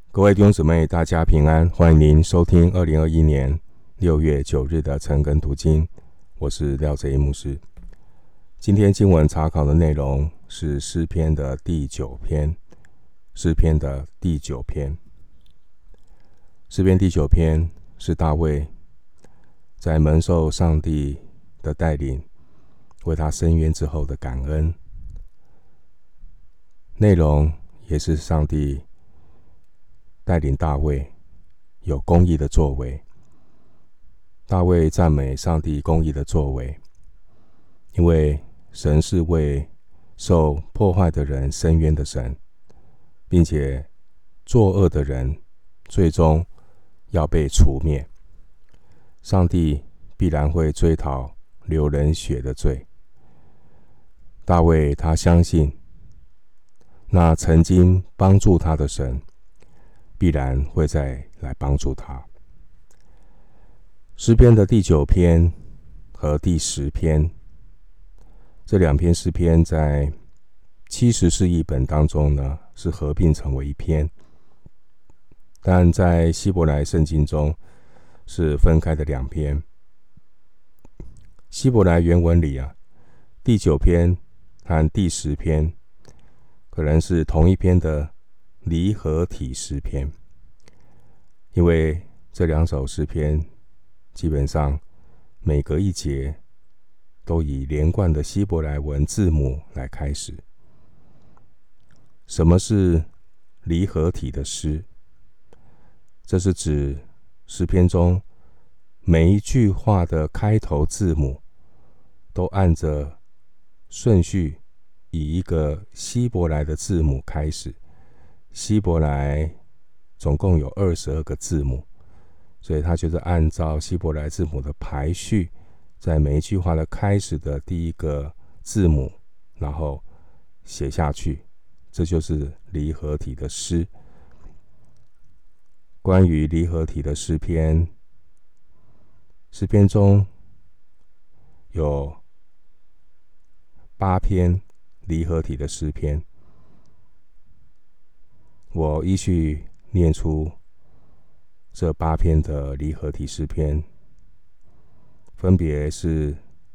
各位弟兄姊妹，大家平安，欢迎您收听2021年6月9日的晨更读经，我是廖哲一牧师。今天经文查考的内容是诗篇的第9篇。诗篇的第9篇，诗篇第9篇是大卫在蒙受上帝的带领，为他伸冤之后的感恩。内容也是上帝带领大卫有公义的作为。大卫赞美上帝公义的作为，因为神是为受破坏的人伸冤的神，并且作恶的人最终要被除灭。上帝必然会追讨流人血的罪。大卫他相信，那曾经帮助他的神必然会再来帮助他。诗篇的第9篇和第10篇，这两篇诗篇在70士译本当中呢，是合并成为一篇，但在希伯来圣经中是分开的两篇。希伯来原文里第9篇和第10篇可能是同一篇的离合体诗篇，因为这两首诗篇基本上每隔一节都以连贯的希伯来文字母来开始。什么是离合体的诗？这是指诗篇中每一句话的开头字母都按着顺序以一个希伯来的字母开始。希伯来总共有22个字母，所以它就是按照希伯来字母的排序，在每一句话的开始的第一个字母，然后写下去，这就是离合体的诗。关于离合体的诗篇，诗篇中有8篇离合体的诗篇，我依序念出这8篇的离合体诗篇，分别是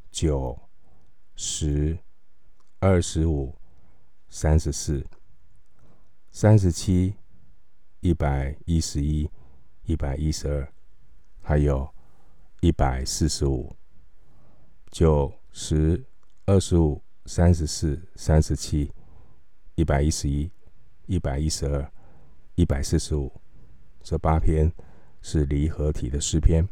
9、10、25、34、37、111、112，还有145。9、10、25、34、37、111、112、145，这8篇是离合体的诗篇。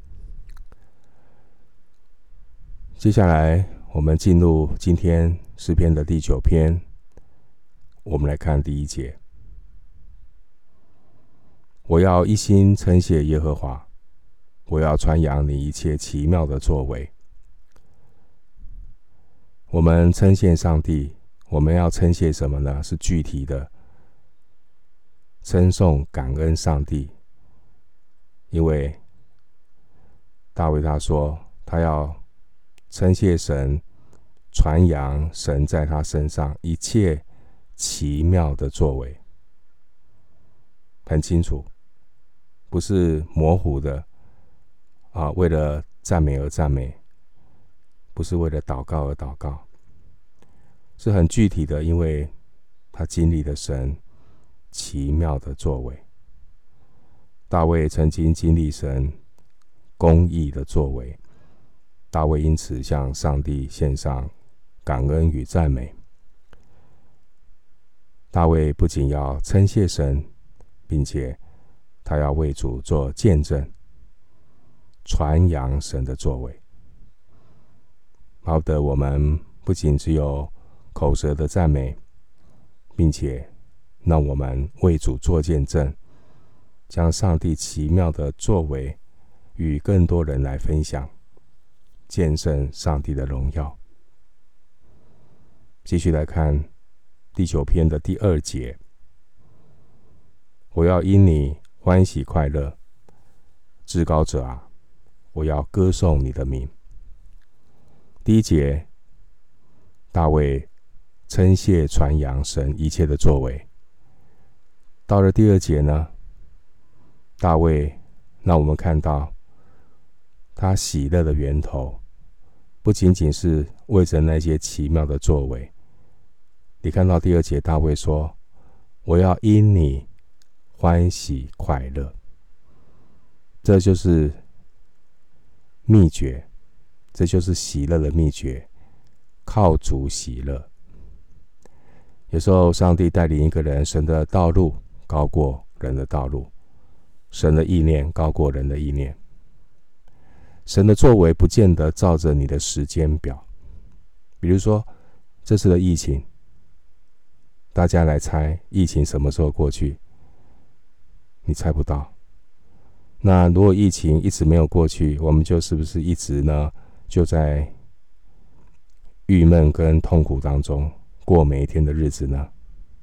接下来我们进入今天诗篇的第9篇，我们来看第1节。我要一心称谢耶和华，我要传扬你一切奇妙的作为。我们称谢上帝，我们要称谢什么呢？是具体的称颂感恩上帝。因为大卫他说，他要称谢神，传扬神在他身上一切奇妙的作为。很清楚，不是模糊的为了赞美而赞美，不是为了祷告而祷告，是很具体的，因为他经历了神奇妙的作为。大卫曾经经历神公义的作为，大卫因此向上帝献上感恩与赞美。大卫不仅要称谢神，并且他要为主做见证，传扬神的作为。好的，我们不仅只有口舌的赞美，并且让我们为主做见证，将上帝奇妙的作为与更多人来分享，见证上帝的荣耀。继续来看第9篇的第2节。我要因你欢喜快乐，至高者啊，我要歌颂你的名。第1节，大卫称谢传扬神一切的作为。到了第2节呢， 大卫让我们看到他喜乐的源头，不仅仅是为着那些奇妙的作为。你看到第2节，大卫说：“我要因你欢喜快乐。”这就是秘诀，这就是喜乐的秘诀，靠主喜乐。有时候上帝带领一个人，神的道路高过人的道路，神的意念高过人的意念，神的作为不见得照着你的时间表。比如说这次的疫情，大家来猜疫情什么时候过去？你猜不到。那如果疫情一直没有过去，我们就是不是一直呢就在郁闷跟痛苦当中过每一天的日子呢？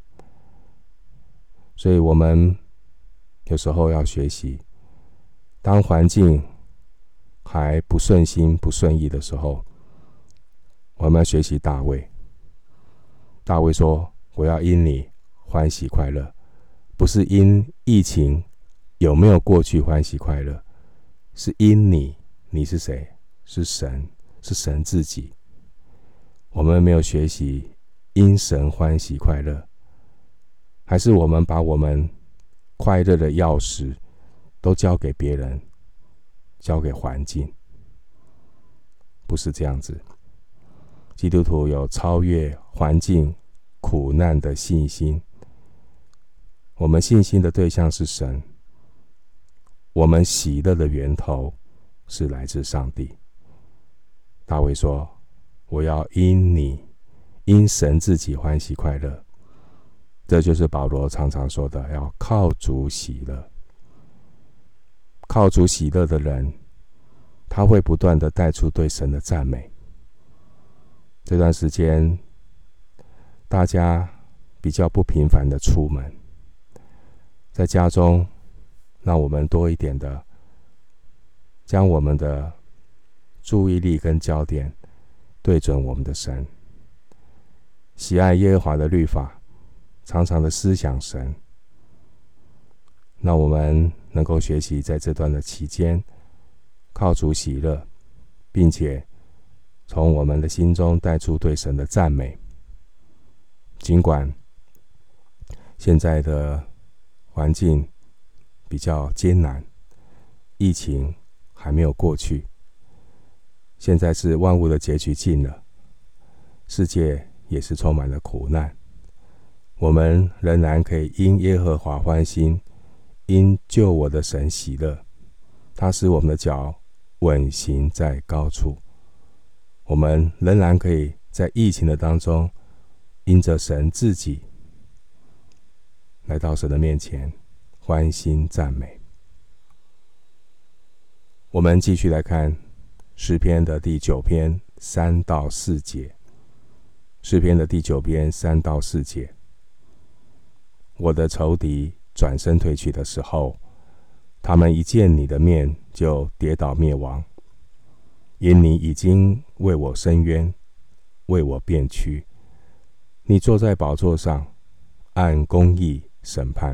所以我们有时候要学习，当环境还不顺心不顺意的时候，我们要学习大卫。大卫说：“我要因你欢喜快乐。”不是因疫情有没有过去欢喜快乐，是因你。你是谁？是神，是神自己。我们没有学习因神欢喜快乐，还是我们把我们快乐的钥匙都交给别人，交给环境？不是这样子。基督徒有超越环境苦难的信心，我们信心的对象是神，我们喜乐的源头是来自上帝。大卫说：“我要因你，因神自己欢喜快乐。”这就是保罗常常说的，要靠主喜乐。靠主喜乐的人，他会不断的带出对神的赞美。这段时间大家比较不频繁的出门，在家中让我们多一点的将我们的注意力跟焦点对准我们的神，喜爱耶和华的律法，常常的思想神。那我们能够学习在这段的期间靠主喜乐，并且从我们的心中带出对神的赞美。尽管现在的环境比较艰难，疫情还没有过去，现在是万物的结局近了，世界也是充满了苦难，我们仍然可以因耶和华欢心，因救我的神喜乐。他使我们的脚稳行在高处。我们仍然可以在疫情的当中，因着神自己来到神的面前欢欣赞美。我们继续来看诗篇的第9篇3到4节。诗篇的第9篇3到4节：我的仇敌转身退去的时候，他们一见你的面就跌倒灭亡。因你已经为我伸冤，为我辩屈。你坐在宝座上，按公义审判。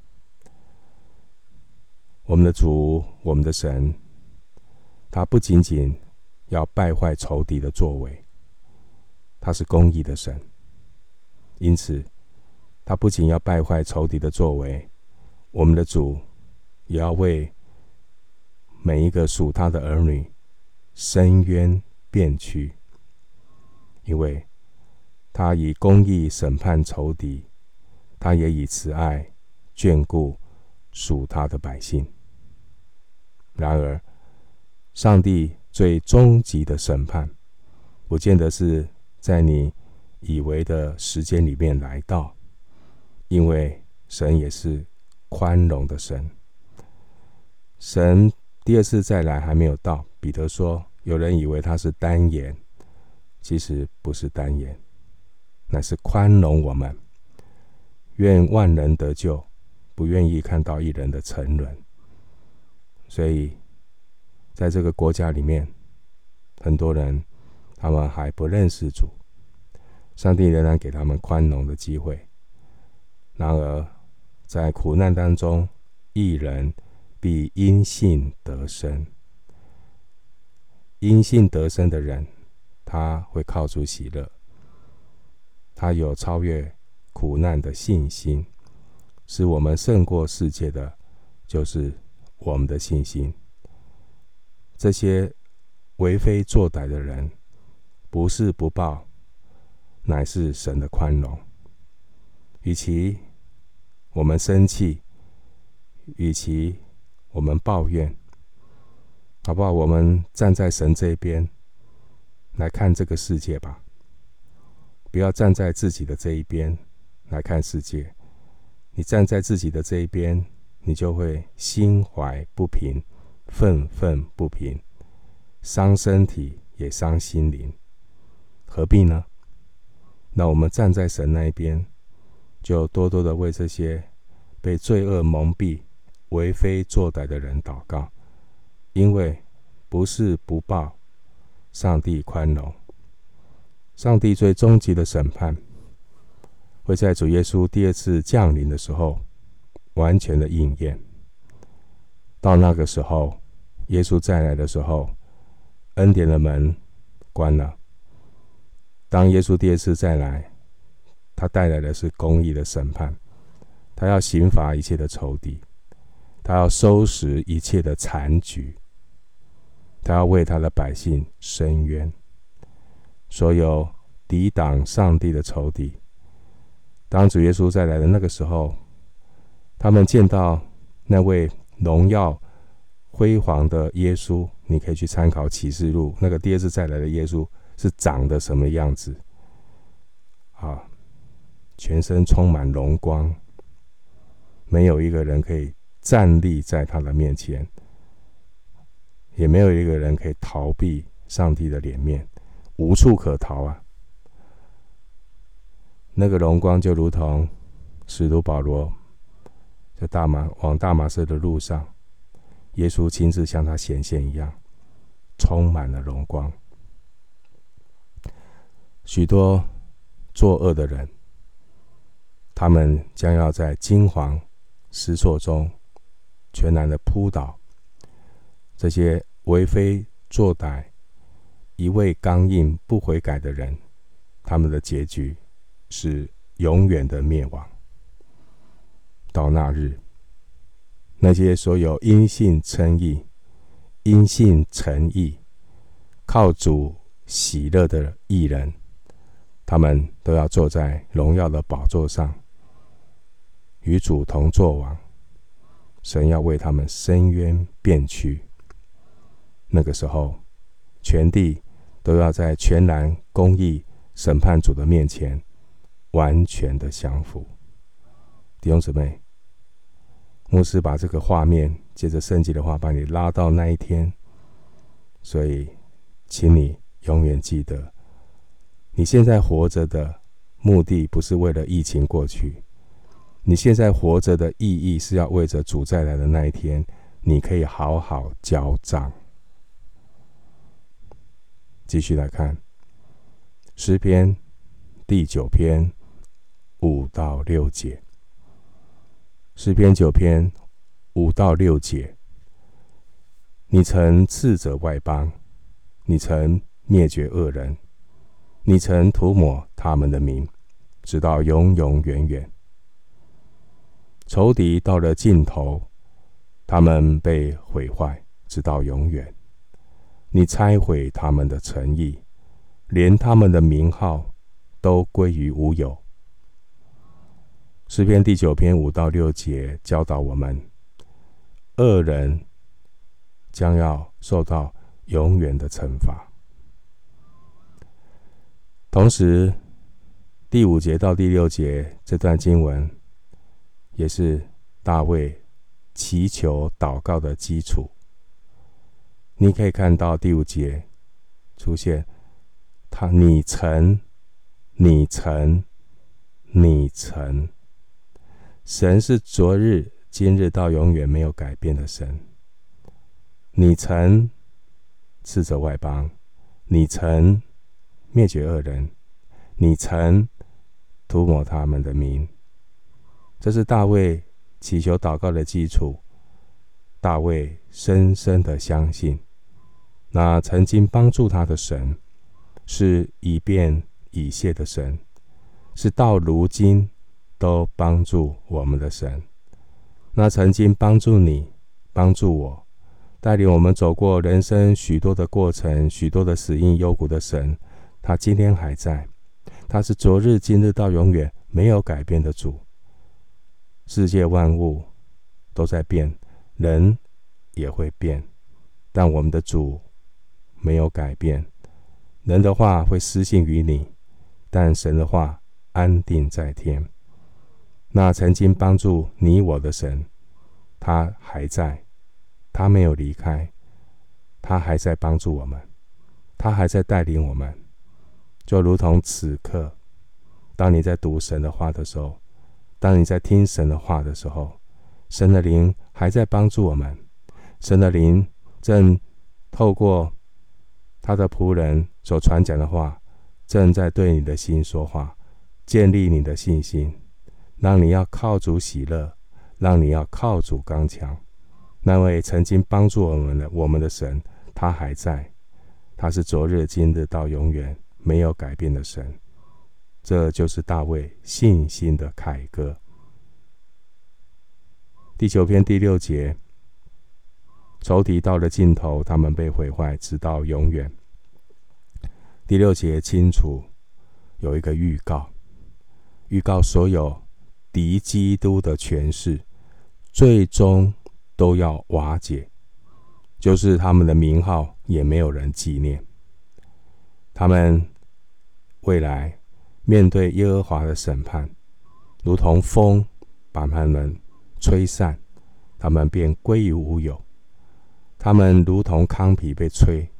我们的主，我们的神，他不仅仅要败坏仇敌的作为，他是公义的神。因此他不仅要败坏仇敌的作为，我们的主也要为每一个属他的儿女伸冤辩屈，因为他以公义审判仇敌，他也以慈爱眷顾属他的百姓。然而上帝最终极的审判不见得是在你以为的时间里面来到，因为神也是宽容的神。神第2次再来还没有到。彼得说，有人以为他是单言，其实不是单言，乃是宽容我们，愿万人得救，不愿意看到一人的沉沦。所以在这个国家里面，很多人他们还不认识主，上帝仍然给他们宽容的机会。然而在苦难当中，义人必因信得生。因信得生的人，他会靠主喜乐，他有超越苦难的信心，使我们胜过世界的，就是我们的信心。这些为非作歹的人，不是不报，乃是神的宽容。与其我们生气，与其我们抱怨，好不好？我们站在神这边来看这个世界吧，不要站在自己的这一边来看世界。你站在自己的这一边，你就会心怀不平，愤愤不平，伤身体也伤心灵，何必呢？那我们站在神那一边，就多多的为这些被罪恶蒙蔽、为非作歹的人祷告，因为不是不报，上帝宽容。上帝最终极的审判会在主耶稣第二次降临的时候完全的应验。到那个时候，耶稣再来的时候，恩典的门关了。当耶稣第二次再来，他带来的是公义的审判，他要刑罚一切的仇敌，他要收拾一切的残局，他要为他的百姓伸冤。所有抵挡上帝的仇敌，当主耶稣再来的那个时候，他们见到那位荣耀辉煌的耶稣，你可以去参考启示录，那个第二次再来的耶稣是长得什么样子啊？全身充满荣光，没有一个人可以站立在他的面前，也没有一个人可以逃避上帝的脸面，无处可逃啊！那个荣光就如同使徒保罗在往大马色的路上，耶稣亲自向他显现一样，充满了荣光。许多作恶的人，他们将要在惊惶失措中全然的扑倒。这些为非作歹、一味刚硬不悔改的人，他们的结局是永远的灭亡。到那日，那些所有因信称义、因信诚义、靠主喜乐的义人，他们都要坐在荣耀的宝座上，与主同作王。神要为他们伸冤辩屈。那个时候，全地都要在全然公义审判主的面前完全的降服。弟兄姊妹，牧师把这个画面借着圣经的话把你拉到那一天，所以请你永远记得，你现在活着的目的不是为了疫情过去，你现在活着的意义是要为着主再来的那一天，你可以好好交账。继续来看诗篇第9篇5到6节。诗篇9篇5到6节，你曾斥责外邦，你曾灭绝恶人，你曾涂抹他们的名，直到永永远远。仇敌到了尽头，他们被毁坏，直到永远。你拆毁他们的诚意，连他们的名号都归于无有。诗篇第9篇5到6节教导我们，恶人将要受到永远的惩罚。同时，第5节到第6节这段经文也是大卫祈求祷告的基础。你可以看到第5节出现你曾，神是昨日今日到永远没有改变的神。你曾斥责外邦，你曾灭绝恶人，你曾涂抹他们的名。这是大卫祈求祷告的基础。 大卫深深的相信，那曾经帮助他的神是以便以谢的神，是到如今都帮助我们的神。那曾经帮助你、帮助我，带领我们走过人生许多的过程、许多的死荫幽谷的神，他今天还在，他是昨日今日到永远没有改变的主。世界万物都在变，人也会变，但我们的主没有改变。人的话会失信于你，但神的话安定在天。那曾经帮助你我的神，他还在，他没有离开，他还在帮助我们，他还在带领我们。就如同此刻，当你在读神的话的时候，当你在听神的话的时候，神的灵还在帮助我们，神的灵正透过他的仆人所传讲的话，正在对你的心说话，建立你的信心，让你要靠主喜乐，让你要靠主刚强。那位曾经帮助我们的神，他还在，他是昨日今日到永远没有改变的神。这就是大卫信心的凯歌。第9篇第6节，仇敌到了尽头，他们被毁坏直到永远。第6节清楚有一个预告所有敌基督的权势最终都要瓦解，就是他们的名号也没有人纪念。他们未来面对耶和华的审判，如同风把他们吹散，他们便归于无有。他们如同糠皮被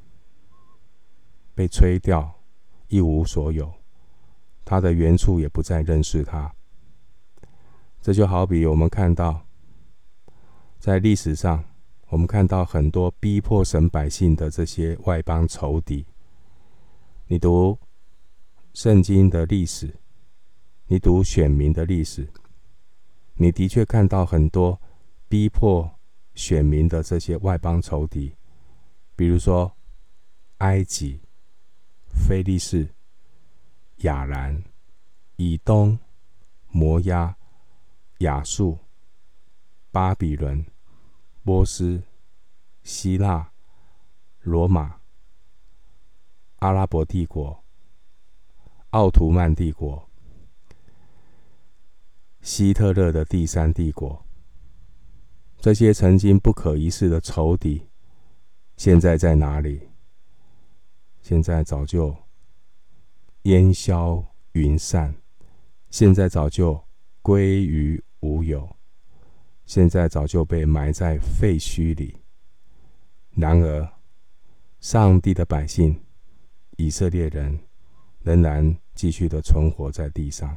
吹掉，一无所有，他的原处也不再认识他。这就好比我们看到在历史上，我们看到很多逼迫神百姓的这些外邦仇敌。你读圣经的历史，你读选民的历史，你的确看到很多逼迫选民的这些外邦仇敌，比如说埃及、非利士、亚兰、以东、摩押、亚述、巴比伦、波斯、希腊、罗马、阿拉伯帝国、奥图曼帝国、希特勒的第三帝国。这些曾经不可一世的仇敌，现在在哪里？现在早就烟消云散，现在早就归于无有，现在早就被埋在废墟里。然而，上帝的百姓以色列人仍然继续的存活在地上。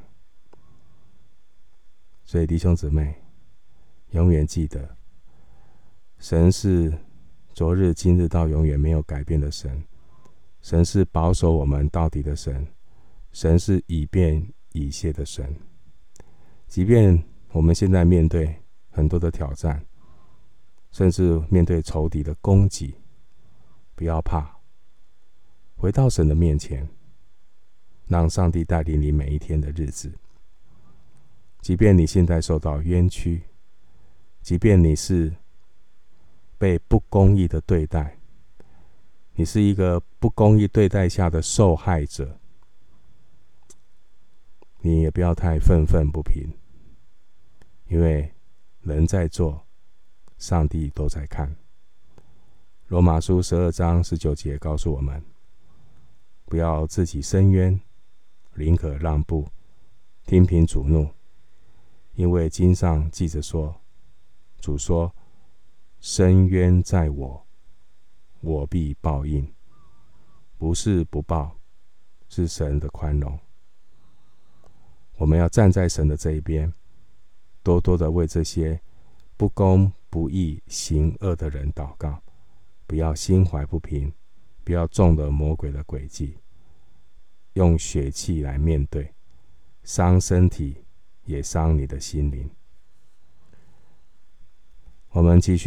所以弟兄姊妹，永远记得，神是昨日今日到永远没有改变的神，神是保守我们到底的神，神是以便以谢的神。即便我们现在面对很多的挑战，甚至面对仇敌的攻击，不要怕，回到神的面前，让上帝带领你每一天的日子。即便你现在受到冤屈，即便你是被不公义的对待，你是一个不公义对待下的受害者，你也不要太愤愤不平，因为人在做，上帝都在看。罗马书12章19节告诉我们，不要自己伸冤，宁可让步，听凭主怒。因为经上记着说，主说，伸冤在我，我必报应。不是不报，是神的宽容。我们要站在神的这一边，多多的为这些不公不义行恶的人祷告，不要心怀不平，不要中了魔鬼的诡计，用血气来面对，伤身体也伤你的心灵。我们继续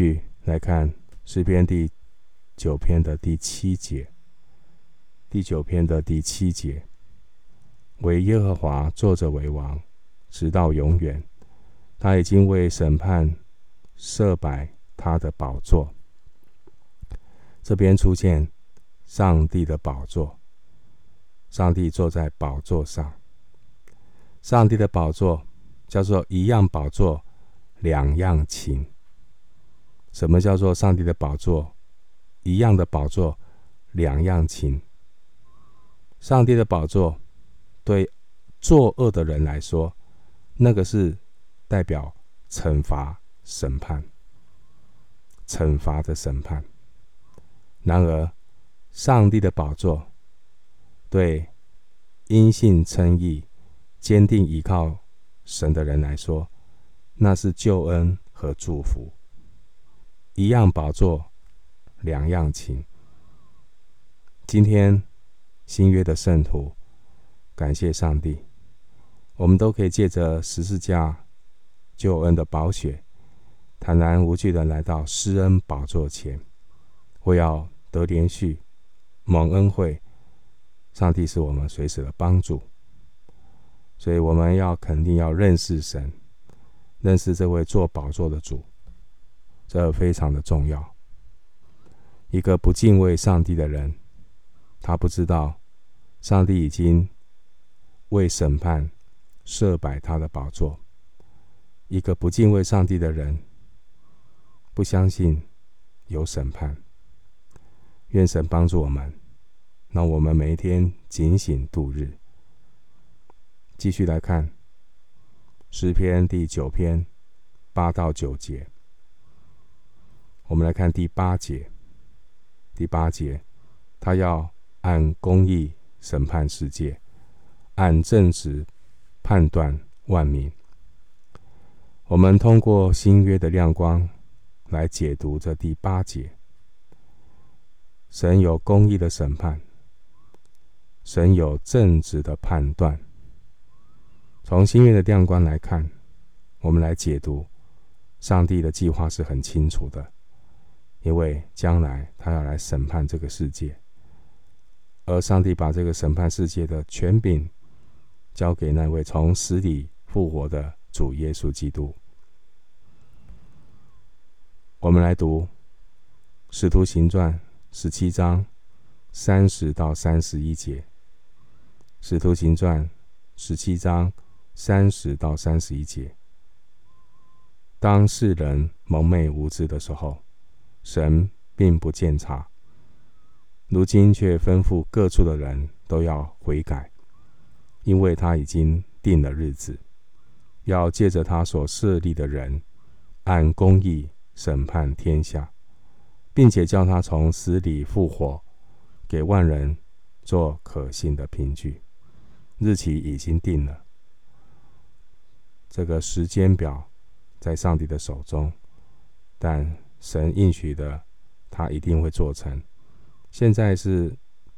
来看诗篇第9篇的第7节。第9篇的第7节，为耶和华坐着为王，直到永远。他已经为审判设摆他的宝座。这边出现上帝的宝座，上帝坐在宝座上。上帝的宝座叫做一样宝座两样情。什么叫做上帝的宝座一样的宝座两样情？上帝的宝座对作恶的人来说，那个是代表惩罚审判，惩罚的审判。然而上帝的宝座对因信称义坚定依靠神的人来说，那是救恩和祝福。一样宝座两样情。今天新约的圣徒，感谢上帝，我们都可以借着十字架救恩的宝血，坦然无惧地来到施恩宝座前，为要得连续蒙恩惠。上帝是我们随时的帮助，所以我们要肯定要认识神，认识这位坐宝座的主，这非常的重要。一个不敬畏上帝的人，他不知道上帝已经为审判设摆他的宝座。一个不敬畏上帝的人，不相信有审判。愿神帮助我们，让我们每一天警醒度日。继续来看诗篇第9篇8到9节。我们来看第8节。第8节，他要按公义审判世界，按正直判断万民。我们通过新约的亮光来解读这第8节。神有公义的审判，神有正直的判断。从新约的亮光来看，我们来解读上帝的计划是很清楚的，因为将来他要来审判这个世界，而上帝把这个审判世界的权柄交给那位从死里复活的主耶稣基督。我们来读使徒行传17章30到31节。使徒行传17章30到31节。当世人蒙昧无知的时候，神并不鉴察，如今却吩咐各处的人都要悔改，因为他已经定了日子，要借着他所设立的人，按公义审判天下，并且叫他从死里复活，给万人做可信的凭据。日期已经定了，这个时间表在上帝的手中，但神应许的他一定会做成。现在是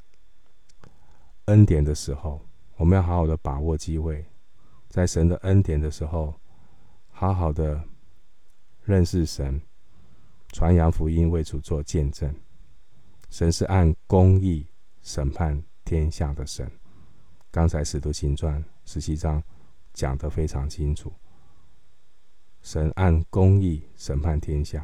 恩典的时候，我们要好好的把握机会，在神的恩典的时候，好好的认识神，传扬福音，为主做见证。神是按公义审判天下的神。刚才使徒行传17章讲得非常清楚，神按公义审判天下。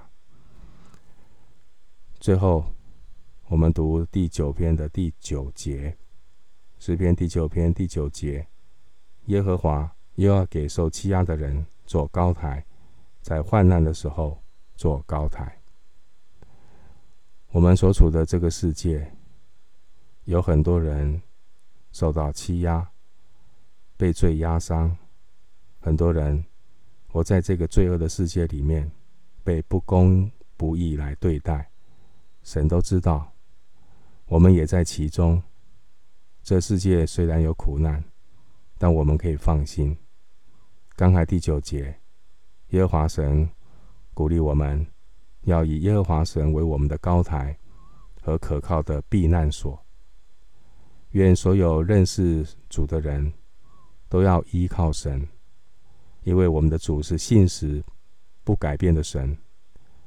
最后我们读第9篇的第9节。诗篇第9篇第9节，耶和华又要给受欺压的人做高台，在患难的时候做高台。我们所处的这个世界，有很多人受到欺压，被罪压伤。很多人活在这个罪恶的世界里面，被不公不义来对待。神都知道，我们也在其中。这世界虽然有苦难，但我们可以放心。刚才第9节，耶和华神鼓励我们要以耶和华神为我们的高台和可靠的避难所。愿所有认识主的人都要依靠神，因为我们的主是信实不改变的神。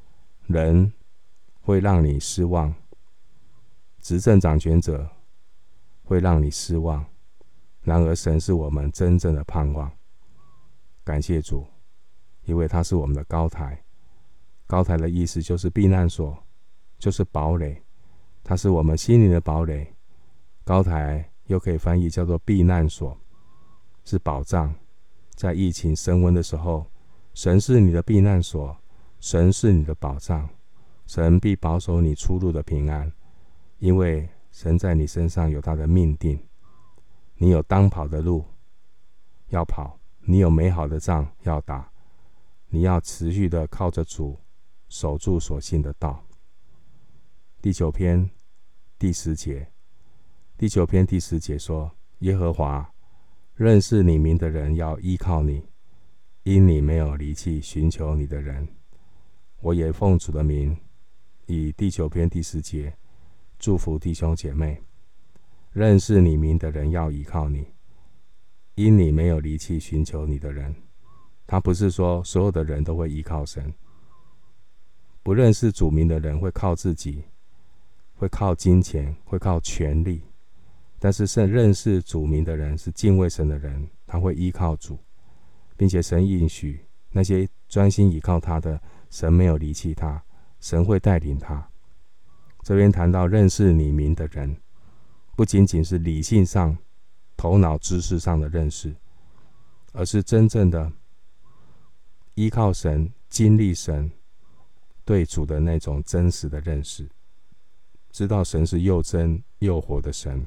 人会让你失望，执政掌权者会让你失望，然而神是我们真正的盼望。感谢主，因为他是我们的高台。高台的意思就是避难所，就是堡垒，他是我们心灵的堡垒。高台又可以翻译叫做避难所，是保障。在疫情升温的时候，神是你的避难所，神是你的保障，神必保守你出入的平安，因为神在你身上有他的命定。你有当跑的路要跑，你有美好的仗要打，你要持续的靠着主守住所信的道。第9篇第10节，第9篇第10节说：耶和华，认识你名的人要依靠你，因你没有离弃寻求你的人。我也奉主的名，以第9篇第10节祝福弟兄姐妹。认识你名的人要依靠你，因你没有离弃寻求你的人。他不是说所有的人都会依靠神，不认识主名的人会靠自己，会靠金钱，会靠权力。但是认识主名的人，是敬畏神的人，他会依靠主，并且神应许那些专心依靠他的，神没有离弃他，神会带领他。这边谈到认识你名的人，不仅仅是理性上、头脑知识上的认识，而是真正的依靠神、经历神对主的那种真实的认识，知道神是又真又活的神。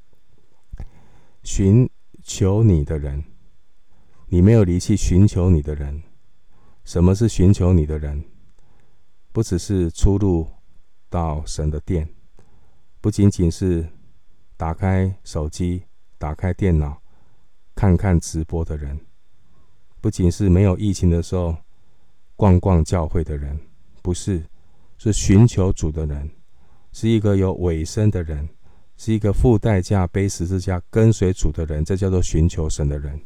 寻求你的人，你没有离弃寻求你的人。什么是寻求你的人？不只是出入到神的殿，不仅仅是打开手机、打开电脑看看直播的人，不仅是没有疫情的时候逛逛教会的人，不是，是寻求主的人，是一个有委身的人，是一个付代价背十字架跟随主的人，这叫做寻求神的人。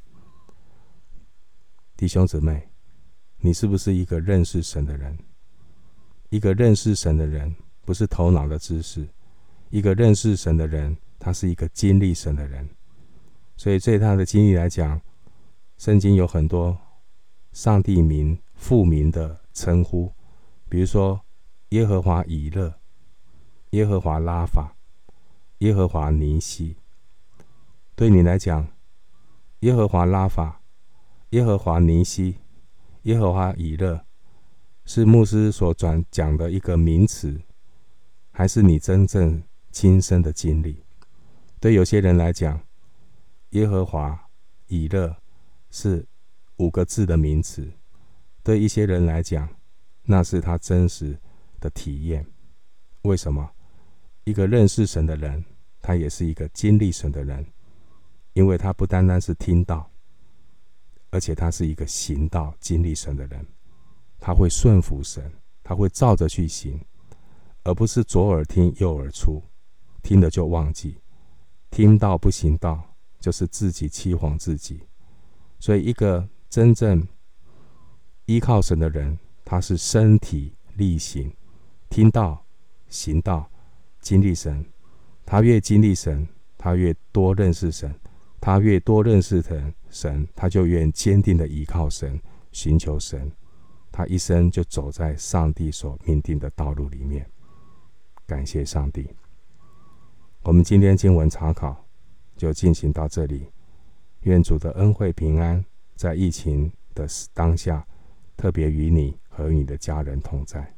弟兄姊妹，你是不是一个认识神的人？一个认识神的人不是头脑的知识，一个认识神的人，他是一个经历神的人。所以对他的经历来讲，圣经有很多上帝名、父名的称呼，比如说耶和华以勒、耶和华拉法、耶和华尼西。对你来讲，耶和华拉法、耶和华尼西、耶和华以勒是牧师所讲的一个名词，还是你真正亲身的经历？对有些人来讲，耶和华以勒是5个字的名词，对一些人来讲，那是他真实的体验。为什么？一个认识神的人，他也是一个经历神的人，因为他不单单是听到，而且他是一个行道经历神的人。他会顺服神，他会照着去行，而不是左耳听右耳出，听了就忘记，听到不行道，就是自己欺谎自己。所以一个真正依靠神的人，他是身体力行，听到行道经历神。他越经历神，他越多认识神，他越多认识神，他就越坚定的依靠神，寻求神。他一生就走在上帝所命定的道路里面。感谢上帝。我们今天经文查考就进行到这里。愿主的恩惠平安在疫情的当下，特别与你和你的家人同在。